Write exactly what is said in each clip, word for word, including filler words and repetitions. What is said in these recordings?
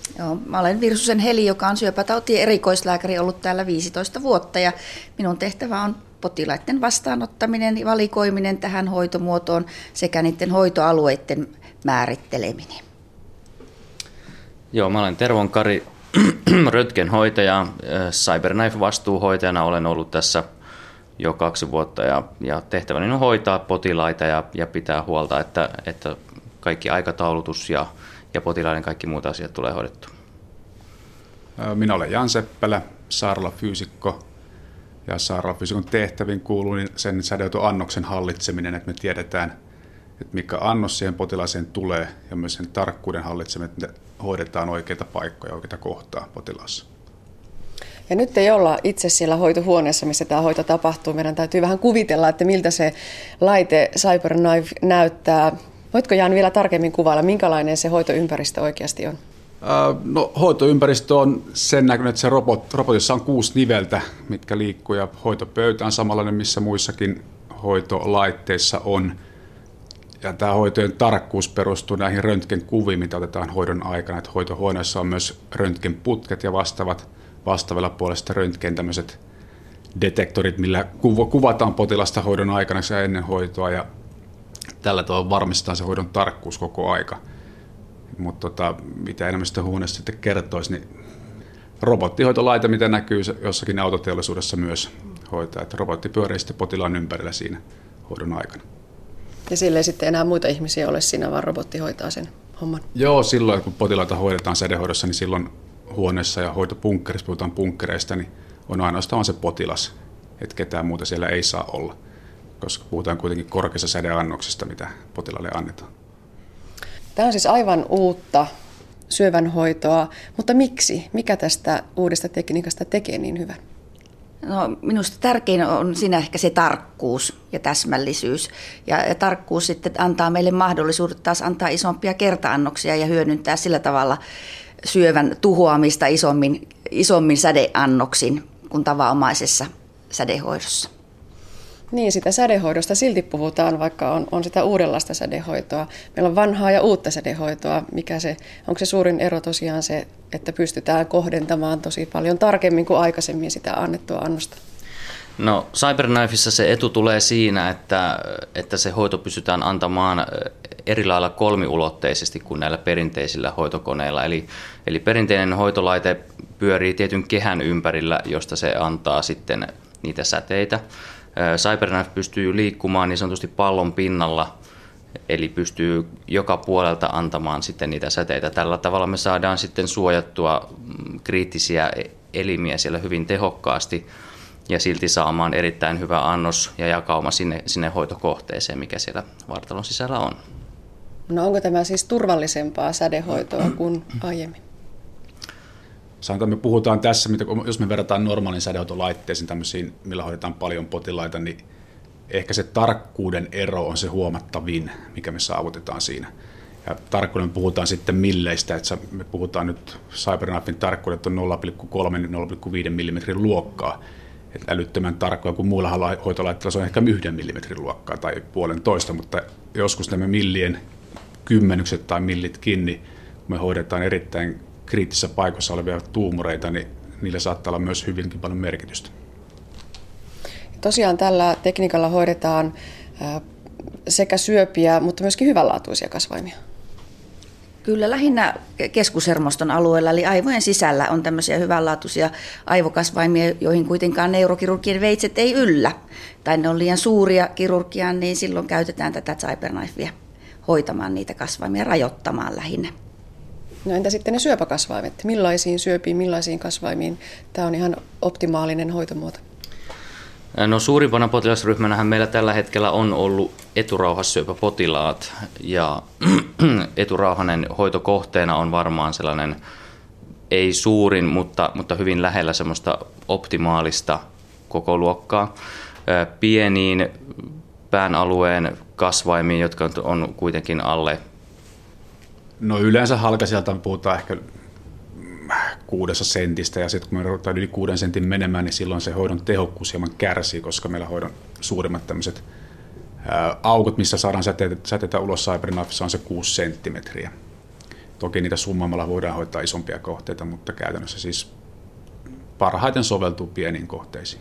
Joo, mä olen Virsusen Heli, joka on syöpätautien erikoislääkäri ollut täällä viisitoista vuotta ja minun tehtävä on potilaiden vastaanottaminen ja valikoiminen tähän hoitomuotoon sekä niiden hoitoalueiden määritteleminen. Joo, mä olen Tervon Kari, röntgenhoitaja, CyberKnife-vastuuhoitajana olen ollut tässä jo kaksi vuotta ja, ja tehtäväni on hoitaa potilaita ja, ja pitää huolta, että, että kaikki aikataulutus ja, ja potilaiden kaikki muut asiat tulee hoidettua. Minä olen Jan Seppälä, sairaalafyysikko ja sairaalafyysikon tehtäviin kuuluu sen sädehoitoannoksen hallitseminen, että me tiedetään, että mikä annos siihen potilaaseen tulee ja myös sen tarkkuuden hallitseminen, että hoidetaan oikeita paikkoja, oikeita kohtaa potilaassa. Ja nyt ei olla itse siellä hoitohuoneessa, missä tämä hoito tapahtuu. Meidän täytyy vähän kuvitella, että miltä se laite CyberKnife näyttää. Voitko Jan vielä tarkemmin kuvailla, minkälainen se hoitoympäristö oikeasti on? No, hoitoympäristö on sen näköinen, että se robot, robotissa on kuusi niveltä, mitkä liikkuu ja hoitopöytä on samanlainen, missä muissakin hoitolaitteissa on. Ja tämä hoitojen tarkkuus perustuu näihin röntgenkuviin, mitä otetaan hoidon aikana. Että hoitohuoneessa on myös röntgenputket ja vastaavat vastaavalla puolesta röntgen tämmöiset detektorit, millä kuvataan potilasta hoidon aikana ja ennen hoitoa. Ja tällä tavalla varmistetaan se hoidon tarkkuus koko aika. Mutta tota, mitä enemmän sitä huoneesta sitten kertoisi, niin robottihoitolaite, mitä näkyy jossakin autoteollisuudessa myös hoitaa. Että robotti pyörii sitten potilaan ympärillä siinä hoidon aikana. Ja sille ei sitten enää muita ihmisiä ole siinä, vaan robotti hoitaa sen homman. Joo, silloin kun potilaita hoidetaan sädehoidossa, niin silloin huoneessa ja hoitopunkkerissa, puhutaan punkkereista, niin on ainoastaan se potilas, että ketään muuta siellä ei saa olla, koska puhutaan kuitenkin korkeassa sädeannoksesta, mitä potilaalle annetaan. Tämä on siis aivan uutta syövänhoitoa, mutta miksi? Mikä tästä uudesta tekniikasta tekee niin hyvän? No, minusta tärkein on siinä ehkä se tarkkuus ja täsmällisyys. Ja, ja tarkkuus sitten antaa meille mahdollisuudet taas antaa isompia kerta-annoksia ja hyödyntää sillä tavalla syövän tuhoamista isommin, isommin sädeannoksin kuin tavanomaisessa sädehoidossa. Niin, sitä sädehoidosta silti puhutaan, vaikka on, on sitä uudenlaista sädehoitoa. Meillä on vanhaa ja uutta sädehoitoa. Mikä se, onko se suurin ero tosiaan se, että pystytään kohdentamaan tosi paljon tarkemmin kuin aikaisemmin sitä annettua annosta? No, CyberKnifessa se etu tulee siinä, että, että se hoito pystytään antamaan eri lailla kolmiulotteisesti kuin näillä perinteisillä hoitokoneilla. Eli, eli perinteinen hoitolaite pyörii tietyn kehän ympärillä, josta se antaa sitten niitä säteitä. CyberKnife pystyy liikkumaan niin sanotusti pallon pinnalla, eli pystyy joka puolelta antamaan sitten niitä säteitä. Tällä tavalla me saadaan sitten suojattua kriittisiä elimiä siellä hyvin tehokkaasti ja silti saamaan erittäin hyvä annos ja jakauma sinne, sinne hoitokohteeseen, mikä siellä vartalon sisällä on. No onko tämä siis turvallisempaa sädehoitoa kuin aiemmin? Sanotaan, me puhutaan tässä, jos me verrataan normaalin sädehoitolaitteisiin, tämmöisiin, millä hoidetaan paljon potilaita, niin ehkä se tarkkuuden ero on se huomattavin, mikä me saavutetaan siinä. Ja tarkkuuden puhutaan sitten milleistä, että me puhutaan nyt CyberKnifen tarkkuudet on nolla pilkku kolme nolla pilkku viisi millimetrin luokkaa. Että älyttömän tarkkoja kuin muilla hoitolaitteilla se on ehkä yhden millimetrin luokkaa tai puolentoista, mutta joskus nämä millien kymmenykset tai millit kiinni, kun me hoidetaan erittäin kriittisissä paikoissa olevia tuumoreita, niin niillä saattaa olla myös hyvinkin paljon merkitystä. Tosiaan tällä tekniikalla hoidetaan sekä syöpiä, mutta myöskin hyvänlaatuisia kasvaimia. Kyllä lähinnä keskushermoston alueella, eli aivojen sisällä on tämmöisiä hyvänlaatuisia aivokasvaimia, joihin kuitenkaan neurokirurgien veitset ei yllä. Tai ne on liian suuria kirurgiaan, niin silloin käytetään tätä CyberKnifea hoitamaan niitä kasvaimia, rajoittamaan lähinnä. No entä sitten ne syöpäkasvaimet? Millaisiin syöpiin, millaisiin kasvaimiin? Tämä on ihan optimaalinen hoitomuoto. No suurimpana potilasryhmänähän meillä tällä hetkellä on ollut eturauhassyöpäpotilaat ja eturauhanen hoitokohteena on varmaan sellainen ei suurin, mutta, mutta hyvin lähellä semmoista optimaalista kokoluokkaa. Pieniin pään alueen kasvaimiin, jotka on kuitenkin alle. No yleensä halkasijalta puhutaan ehkä kuudessa sentistä ja sitten kun me ruvetaan yli kuuden sentin menemään, niin silloin se hoidon tehokkuus hieman kärsii, koska meillä hoidon suurimmat tämmöiset ää, aukot, missä saadaan säteitä, säteitä ulos CyberKnifessa on se kuusi senttimetriä. Toki niitä summaamalla voidaan hoitaa isompia kohteita, mutta käytännössä siis parhaiten soveltuu pieniin kohteisiin.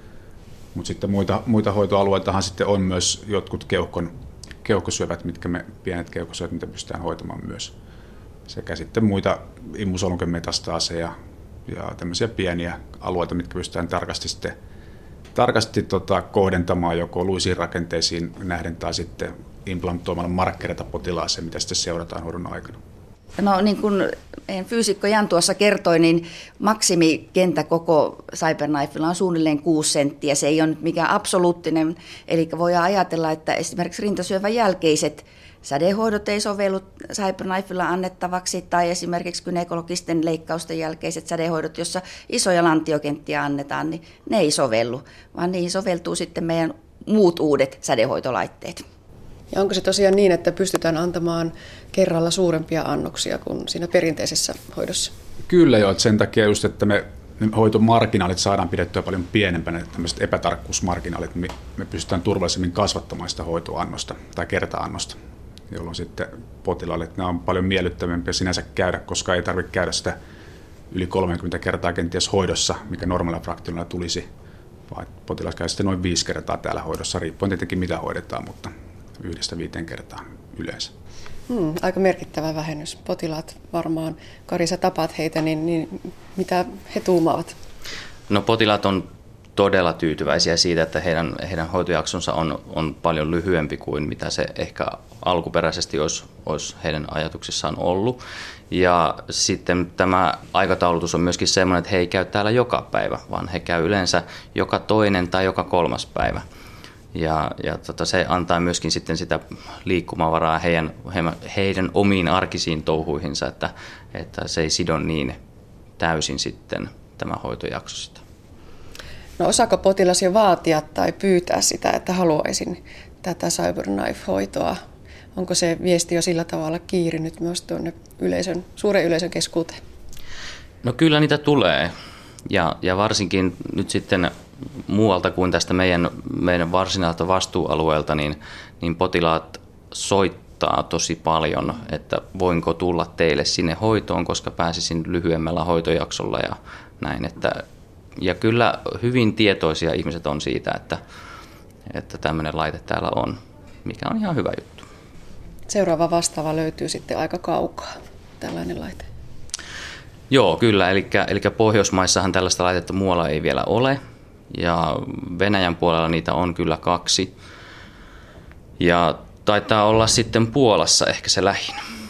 Mutta sitten muita, muita hoitoalueitahan sitten on myös jotkut keuhkon, keuhkosyövät, mitkä me, pienet keuhkosyövät, mitä pystytään hoitamaan myös. Sekä sitten muita immusolunkemetastaaseja ja tämmöisiä pieniä alueita, mitkä pystytään tarkasti, sitten, tarkasti tota, kohdentamaan joko luisiin rakenteisiin nähden tai sitten implantoimalla markkereita potilaaseen, mitä sitten seurataan hoidon aikana. No niin kuin meidän fyysikko Jan tuossa kertoi, niin maksimikenttä koko CyberKnifella on suunnilleen kuusi senttiä. Se ei ole nyt mikään absoluuttinen, eli voidaan ajatella, että esimerkiksi rintasyövän jälkeiset sädehoidot ei sovellu CyberKnifella annettavaksi, tai esimerkiksi gynekologisten leikkausten jälkeiset sädehoidot, jossa isoja lantiokenttiä annetaan, niin ne ei sovellu, vaan niihin soveltuu sitten meidän muut uudet sädehoitolaitteet. Ja onko se tosiaan niin, että pystytään antamaan kerralla suurempia annoksia kuin siinä perinteisessä hoidossa? Kyllä joo, että sen takia just, että me, me hoitomarginaalit saadaan pidettyä paljon pienempänä, tämmöiset epätarkkuusmarginaalit, me, me pystytään turvallisemmin kasvattamaan sitä hoitoannosta tai kerta-annosta, jolloin sitten potilaalle, että nämä on paljon miellyttävämpiä sinänsä käydä, koska ei tarvitse käydä sitä yli kolmekymmentä kertaa kenties hoidossa, mikä normaalilla fraktioilla tulisi, vaan potilas käy sitten noin viisi kertaa täällä hoidossa, riippuen tietenkin mitä hoidetaan, mutta yhdestä viiteen kertaa yleensä. Hmm, aika merkittävä vähennys. Potilaat varmaan, Kari, sä tapaat heitä, niin, niin mitä he tuumaavat? No potilaat on todella tyytyväisiä siitä, että heidän, heidän hoitojaksonsa on, on paljon lyhyempi kuin mitä se ehkä alkuperäisesti olisi, olisi heidän ajatuksissaan ollut. Ja sitten tämä aikataulutus on myöskin sellainen, että he ei käy täällä joka päivä, vaan he käy yleensä joka toinen tai joka kolmas päivä. Ja, ja tota, se antaa myöskin sitten sitä liikkumavaraa heidän, heidän omiin arkisiin touhuihinsa, että, että se ei sido niin täysin sitten tämä hoitojakso sitä. No osaako potilas jo vaatia tai pyytää sitä, että haluaisin tätä CyberKnife-hoitoa? Onko se viesti jo sillä tavalla kiirinyt myös tuonne yleisön, suuren yleisön keskuuteen? No kyllä niitä tulee. Ja, ja varsinkin nyt sitten muualta kuin tästä meidän, meidän varsinaiselta vastuualueelta, niin, niin potilaat soittaa tosi paljon, että voinko tulla teille sinne hoitoon, koska pääsisin lyhyemmällä hoitojaksolla ja näin. Että, ja kyllä hyvin tietoisia ihmiset on siitä, että, että tämmöinen laite täällä on, mikä on ihan hyvä juttu. Seuraava vastaava löytyy sitten aika kaukaa, tällainen laite. Joo, kyllä. Eli, eli Pohjoismaissahan tällaista laitetta muualla ei vielä ole. Ja Venäjän puolella niitä on kyllä kaksi. Ja taitaa olla sitten Puolassa ehkä se lähin.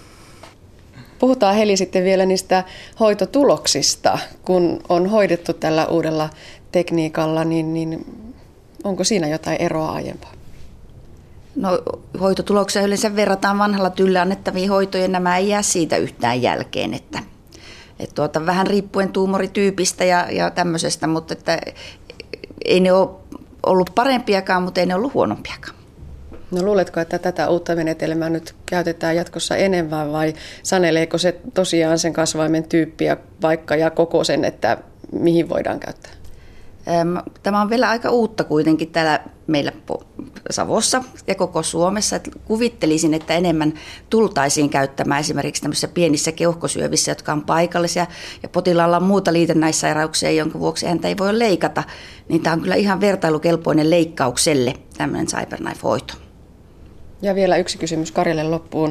Puhutaan Heli sitten vielä niistä hoitotuloksista. Kun on hoidettu tällä uudella tekniikalla, niin, niin onko siinä jotain eroa aiempaa? No, hoitotuloksia yleensä verrataan vanhalla tyllä annettaviin hoitoihin. Nämä ei jää siitä yhtään jälkeen, että, että tuota, vähän riippuen tuumorityypistä ja, ja tämmöisestä, mutta että ei ne ole ollut parempiakaan, mutta ei ne ollut huonompiakaan. No luuletko, että tätä uutta menetelmää nyt käytetään jatkossa enemmän vai saneleeko se tosiaan sen kasvaimen tyyppiä vaikka ja koko sen, että mihin voidaan käyttää? Tämä on vielä aika uutta kuitenkin täällä meillä Savossa ja koko Suomessa. Että kuvittelisin, että enemmän tultaisiin käyttämään esimerkiksi tämmöisissä pienissä keuhkosyövissä, jotka on paikallisia ja potilaalla on muuta liitännäissairauksia, jonka vuoksi häntä ei voi leikata. Niin tämä on kyllä ihan vertailukelpoinen leikkaukselle tämmöinen CyberKnife-hoito. Ja vielä yksi kysymys Karille loppuun.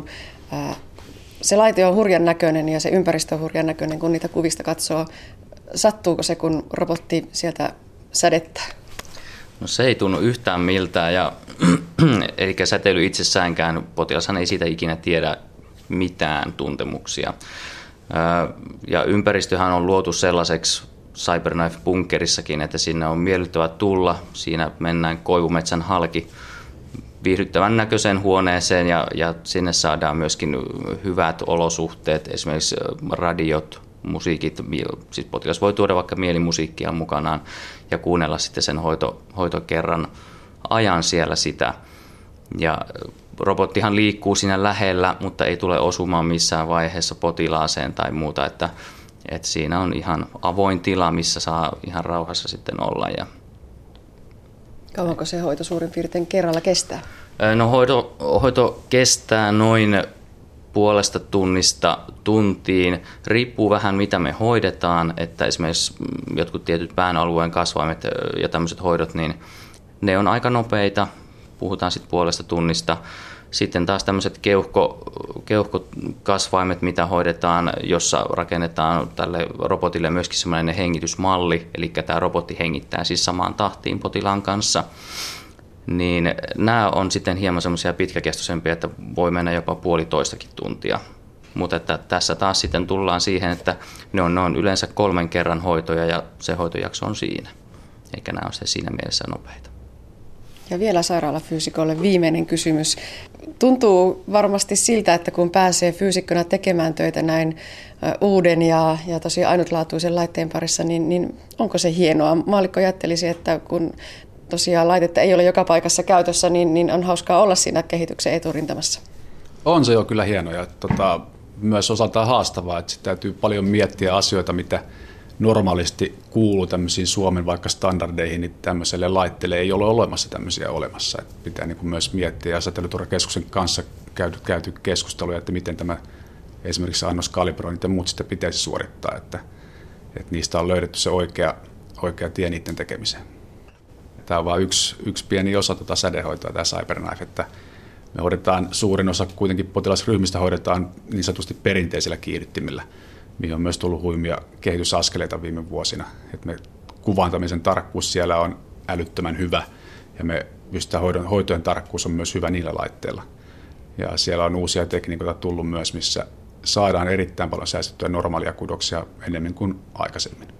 Se laite on hurjan näköinen ja se ympäristö on hurjan näköinen, kun niitä kuvista katsoo. Sattuuko se, kun robotti sieltä sädettää? No se ei tunnu yhtään miltään, ja, eli säteily itsessäänkään, potilashan ei siitä ikinä tiedä mitään tuntemuksia. Ja ympäristöhän on luotu sellaiseksi CyberKnife-bunkkerissakin, että sinne on miellyttävä tulla. Siinä mennään koivumetsän halki viihdyttävän näköiseen huoneeseen ja, ja sinne saadaan myöskin hyvät olosuhteet, esimerkiksi radiot, musiikit, siis potilas voi tuoda vaikka mielimusiikkia mukanaan ja kuunnella sitten sen hoito, hoitokerran ajan siellä sitä. Ja robottihan liikkuu siinä lähellä, mutta ei tule osumaan missään vaiheessa potilaaseen tai muuta, että, että siinä on ihan avoin tila, missä saa ihan rauhassa sitten olla. Ja kauanko se hoito suurin piirtein kerralla kestää? No hoito, hoito kestää noin puolesta tunnista tuntiin. Riippuu vähän mitä me hoidetaan, että esimerkiksi jotkut tietyt pään alueen kasvaimet ja tämmöiset hoidot, niin ne on aika nopeita. Puhutaan sitten puolesta tunnista. Sitten taas tämmöiset keuhko, keuhkokasvaimet, mitä hoidetaan, jossa rakennetaan tälle robotille myöskin semmoinen hengitysmalli, eli tämä robotti hengittää siis samaan tahtiin potilaan kanssa. Niin nämä on sitten hieman semmoisia pitkäkestoisempia, että voi mennä jopa puolitoistakin tuntia. Mutta että tässä taas sitten tullaan siihen, että ne on, ne on yleensä kolmen kerran hoitoja ja se hoitojakso on siinä. Eikä nämä ole se siinä mielessä nopeita. Ja vielä sairaalafyysikolle viimeinen kysymys. Tuntuu varmasti siltä, että kun pääsee fyysikkona tekemään töitä näin uuden ja, ja tosi ainutlaatuisen laitteen parissa, niin, niin onko se hienoa? Maallikko ajattelisi, että kun tosiaan laitetta ei ole joka paikassa käytössä, niin, niin on hauskaa olla siinä kehityksen eturintamassa. On se jo kyllä hienoa ja tota, myös osaltaan haastavaa, että täytyy paljon miettiä asioita, mitä normaalisti kuuluu tämmöisiin Suomen vaikka standardeihin, niin tämmöiselle laitteelle ei ole olemassa tämmöisiä olemassa. Että pitää niin kuin myös miettiä ja Säteilyturvakeskuksen kanssa käyty, käyty keskusteluja, että miten tämä esimerkiksi annoskalibroinnit ja muut sitten pitäisi suorittaa, että, että niistä on löydetty se oikea, oikea tie niiden tekemiseen. Tämä on vain yksi, yksi pieni osa tuota sädehoitoa, tämä CyberKnife, että me hoidetaan suurin osa kuitenkin potilasryhmistä hoidetaan niin sanotusti perinteisillä kiihdyttimillä, mihin on myös tullut huimia kehitysaskeleita viime vuosina. Et me kuvantamisen tarkkuus siellä on älyttömän hyvä ja me pystytään hoidon, hoitojen tarkkuus on myös hyvä niillä laitteilla. Ja siellä on uusia tekniikoita tullut myös, missä saadaan erittäin paljon säästettyä normaalia kudoksia enemmän kuin aikaisemmin.